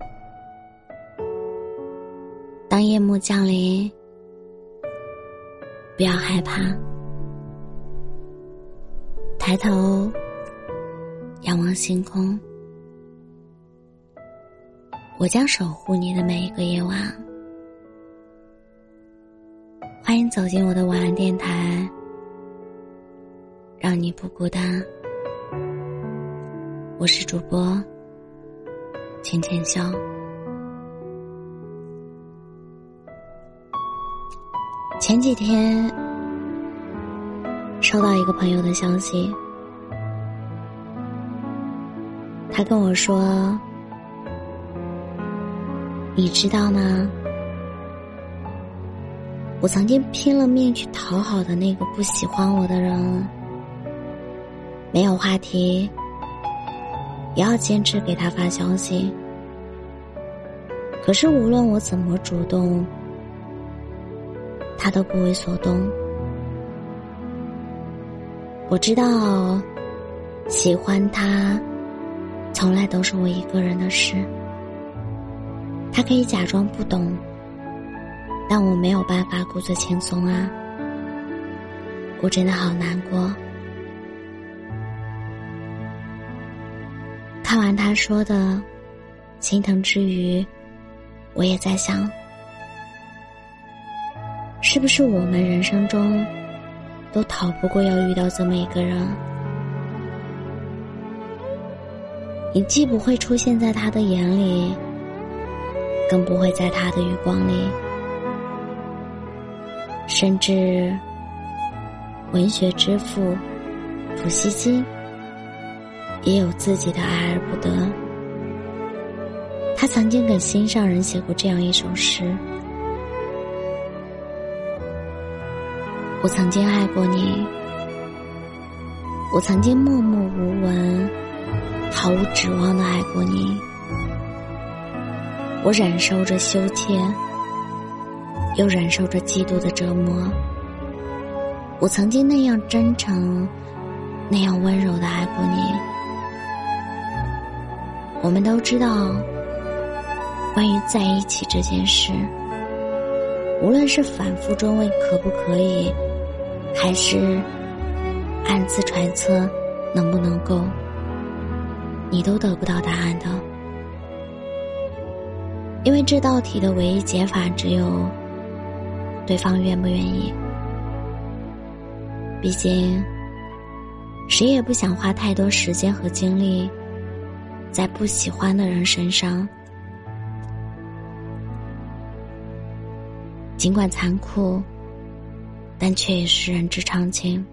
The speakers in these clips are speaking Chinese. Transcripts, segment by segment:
当夜幕降临，不要害怕，抬头仰望星空，我将守护你的每一个夜晚。欢迎走进我的晚安电台，让你不孤单。我是主播浅浅笑。前几天收到一个朋友的消息，他跟我说，你知道吗，我曾经拼了命去讨好的那个不喜欢我的人，没有话题也要坚持给他发消息，可是无论我怎么主动，他都不为所动。我知道喜欢他从来都是我一个人的事，他可以假装不懂，但我没有办法故作轻松啊，我真的好难过。看完他说的，心疼之余，我也在想，是不是我们人生中都逃不过要遇到这么一个人？你既不会出现在他的眼里，更不会在他的余光里，甚至文学之父普希金也有自己的爱而不得。他曾经给心上人写过这样一首诗，我曾经爱过你，我曾经默默无闻毫无指望地爱过你，我忍受着羞怯，又忍受着嫉妒的折磨，我曾经那样真诚，那样温柔地爱过你。我们都知道，关于在一起这件事，无论是反复追问可不可以，还是暗自揣测能不能够，你都得不到答案的。因为这道题的唯一解法只有对方愿不愿意。毕竟谁也不想花太多时间和精力在不喜欢的人身上，尽管残酷，但却也是人之常情。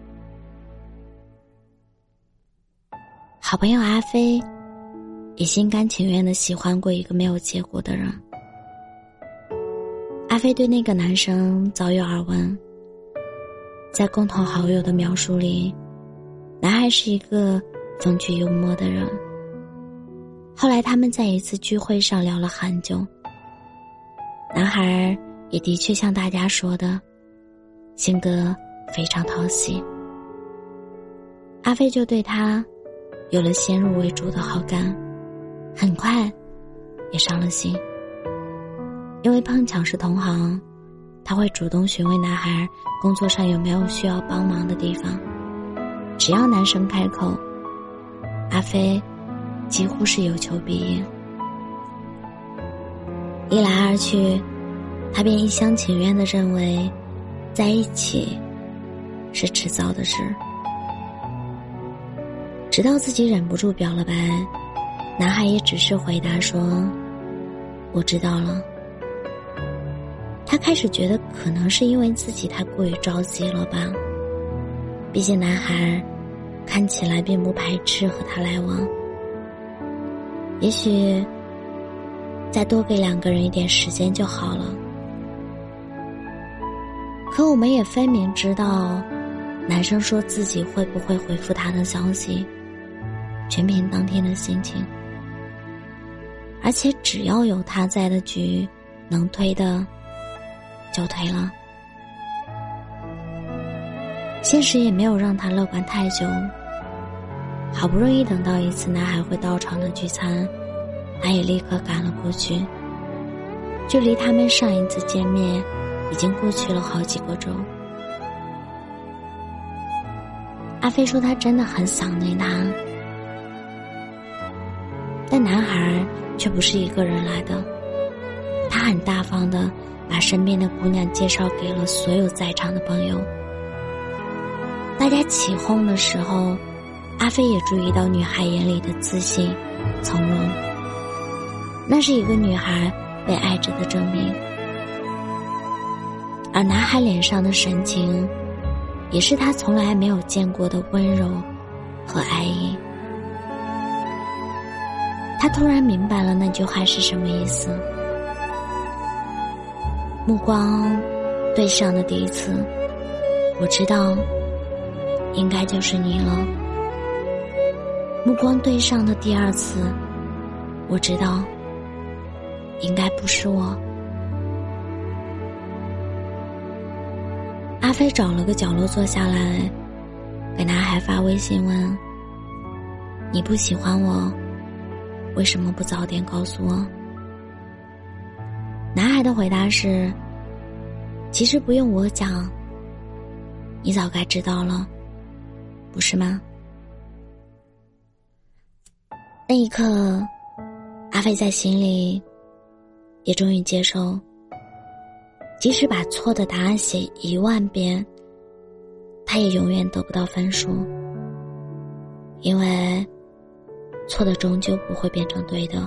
好朋友阿飞也心甘情愿地喜欢过一个没有结果的人。阿飞对那个男生早有耳闻，在共同好友的描述里，男孩是一个风趣幽默的人。后来他们在一次聚会上聊了很久，男孩也的确像大家说的，性格非常讨喜。阿飞就对他有了先入为主的好感，很快也上了心。因为碰巧是同行，他会主动询问男孩工作上有没有需要帮忙的地方，只要男生开口，阿飞几乎是有求必应。一来二去，他便一厢情愿地认为在一起是迟早的事。直到自己忍不住表了白，男孩也只是回答说，我知道了。他开始觉得可能是因为自己太过于着急了吧，毕竟男孩看起来并不排斥和他来往，也许再多给两个人一点时间就好了。可我们也分明知道，男生说自己会不会回复他的消息，全凭当天的心情，而且只要有他在的局，能推的就推了。现实也没有让他乐观太久，好不容易等到一次男孩会到场的聚餐， 他也立刻赶了过去。距离他们上一次见面已经过去了好几个周。阿飞说他真的很想念他，但男孩却不是一个人来的，他很大方地把身边的姑娘介绍给了所有在场的朋友。大家起哄的时候，阿飞也注意到女孩眼里的自信从容，那是一个女孩被爱着的证明。而男孩脸上的神情也是他从来没有见过的温柔和爱意。他突然明白了那句话是什么意思。目光对上的第一次，我知道应该就是你了。目光对上的第二次，我知道应该不是我。阿飞找了个角落坐下来，给男孩发微信问：你不喜欢我，为什么不早点告诉我？男孩的回答是：其实不用我讲，你早该知道了，不是吗？那一刻，阿飞在心里也终于接受，即使把错的答案写10000遍，他也永远得不到分数，因为错的终究不会变成对的。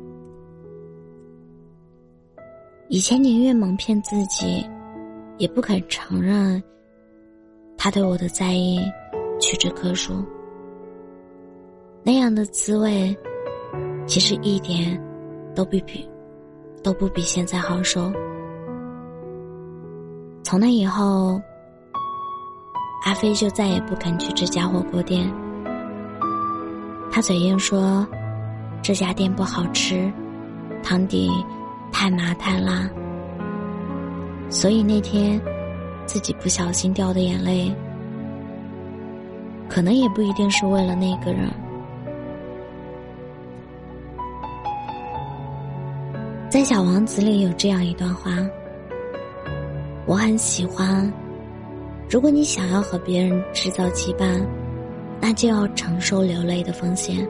以前宁愿蒙骗自己，也不肯承认他对我的在意屈指可数。那样的滋味其实一点都不比现在好受。从那以后，阿飞就再也不肯去这家火锅店。他嘴硬说这家店不好吃，汤底太麻太辣，所以那天自己不小心掉的眼泪，可能也不一定是为了那个人。在《小王子》里有这样一段话，我很喜欢，如果你想要和别人制造羁绊，那就要承受流泪的风险。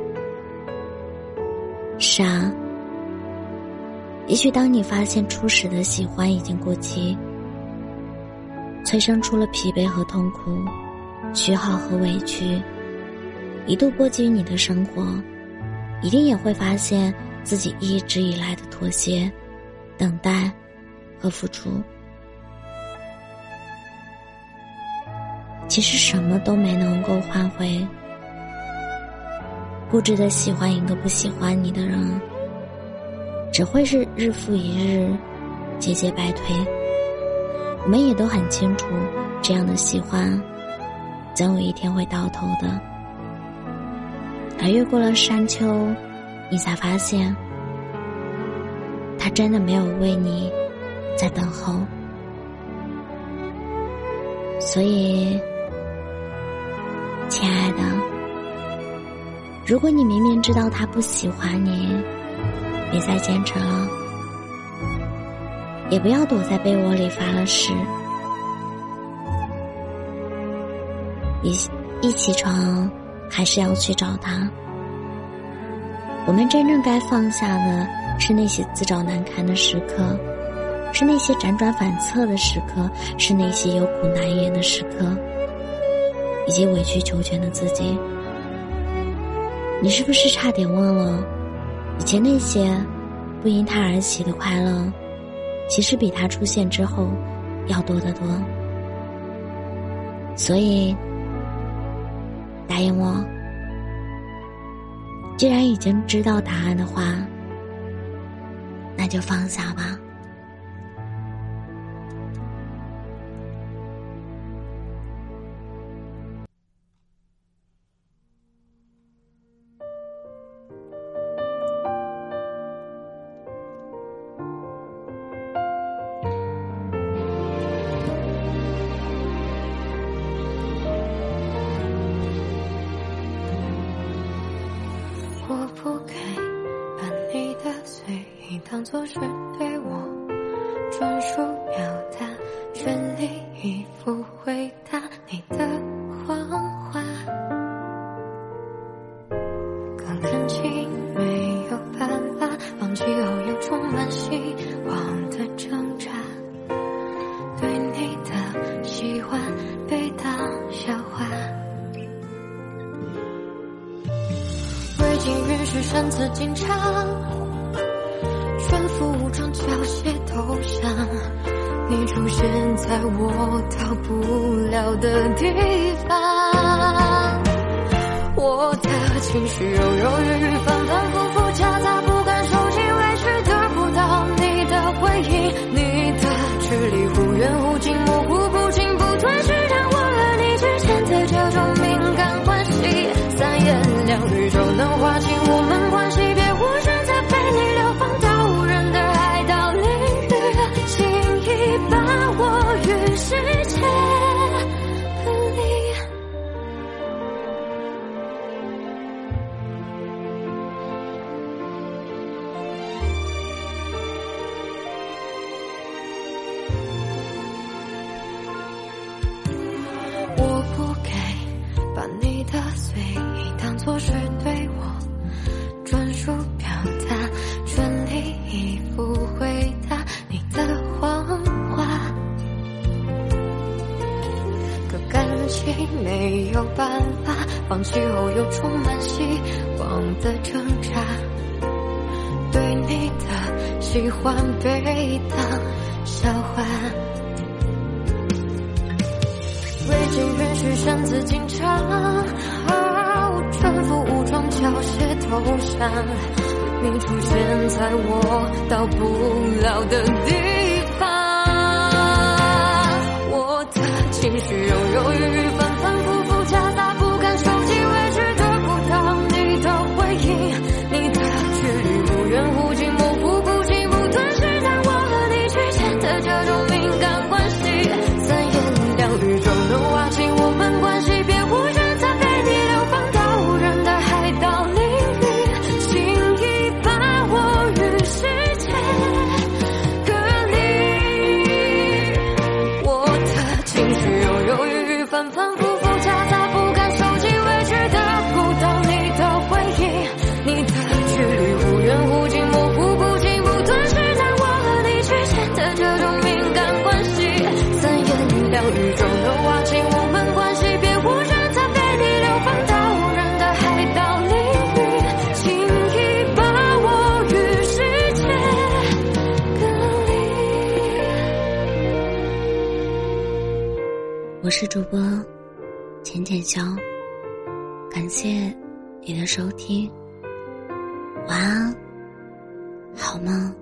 是啊，也许当你发现初始的喜欢已经过期，催生出了疲惫和痛苦，虚耗和委屈，一度波及你的生活，一定也会发现自己一直以来的妥协、等待和付出，其实什么都没能够换回。固执的喜欢一个不喜欢你的人，只会是日复一日节节败退。我们也都很清楚，这样的喜欢总有一天会到头的。而越过了山丘，你才发现他真的没有为你在等候。所以亲爱的，如果你明明知道他不喜欢你，别再坚持了，也不要躲在被窝里发了誓。一起床还是要去找他。我们真正该放下的是那些自找难堪的时刻，是那些辗转反侧的时刻，是那些有苦难言的时刻，以及委曲求全的自己。你是不是差点忘了，以前那些不因他而起的快乐，其实比他出现之后要多得多。所以答应我，既然已经知道答案的话，那就放下吧。 我不该把你已当作是对我专属表达，全力以赴回答你的谎话。可感情没有办法，放弃后又充满希望的挣扎，对你的喜欢被当笑话，未经允许擅自进场，全副武装缴械投降，你出现在我到不了的地方，我的情绪犹犹豫豫，反反复复夹杂，不敢收起委屈，得不到你的回应，你的距离忽远忽近，模糊不清，不断试探我和你之间的这种敏感关系，三言两语就能划清我们关系，别无选择被你流放到无人的海岛领域，轻易把我与世界分离。我不给，把你的随意当作是对我专属表达，全力以赴回答你的谎话。可感情没有办法，放弃后又充满希望的挣扎，对你的喜欢被当笑话，未经允许擅自进场，全副武装缴械投降，你出现在我到不了的地方，我的情绪犹犹豫豫，反反复复夹杂，不敢收起委屈，得不到你的回应，你的距离忽远忽近，模糊不清，不断试探我和你之间的这种敏感关系，三言两语就能划清我们关系，别无选择被你流放到无人的海岛领域，轻易把我与世界隔离，我的情绪犹犹豫豫，反反复复夹杂，不敢收起委屈，得不到你的回应，你的距离忽远忽近，模糊不清，不断试探我和你之间的这种敏感关系，三言两语就能划清我们关系，别无选择被你流放到无人的海岛领域，轻易把我与世界隔离。 我是主播浅浅笑，感谢你的收听，晚安，好梦。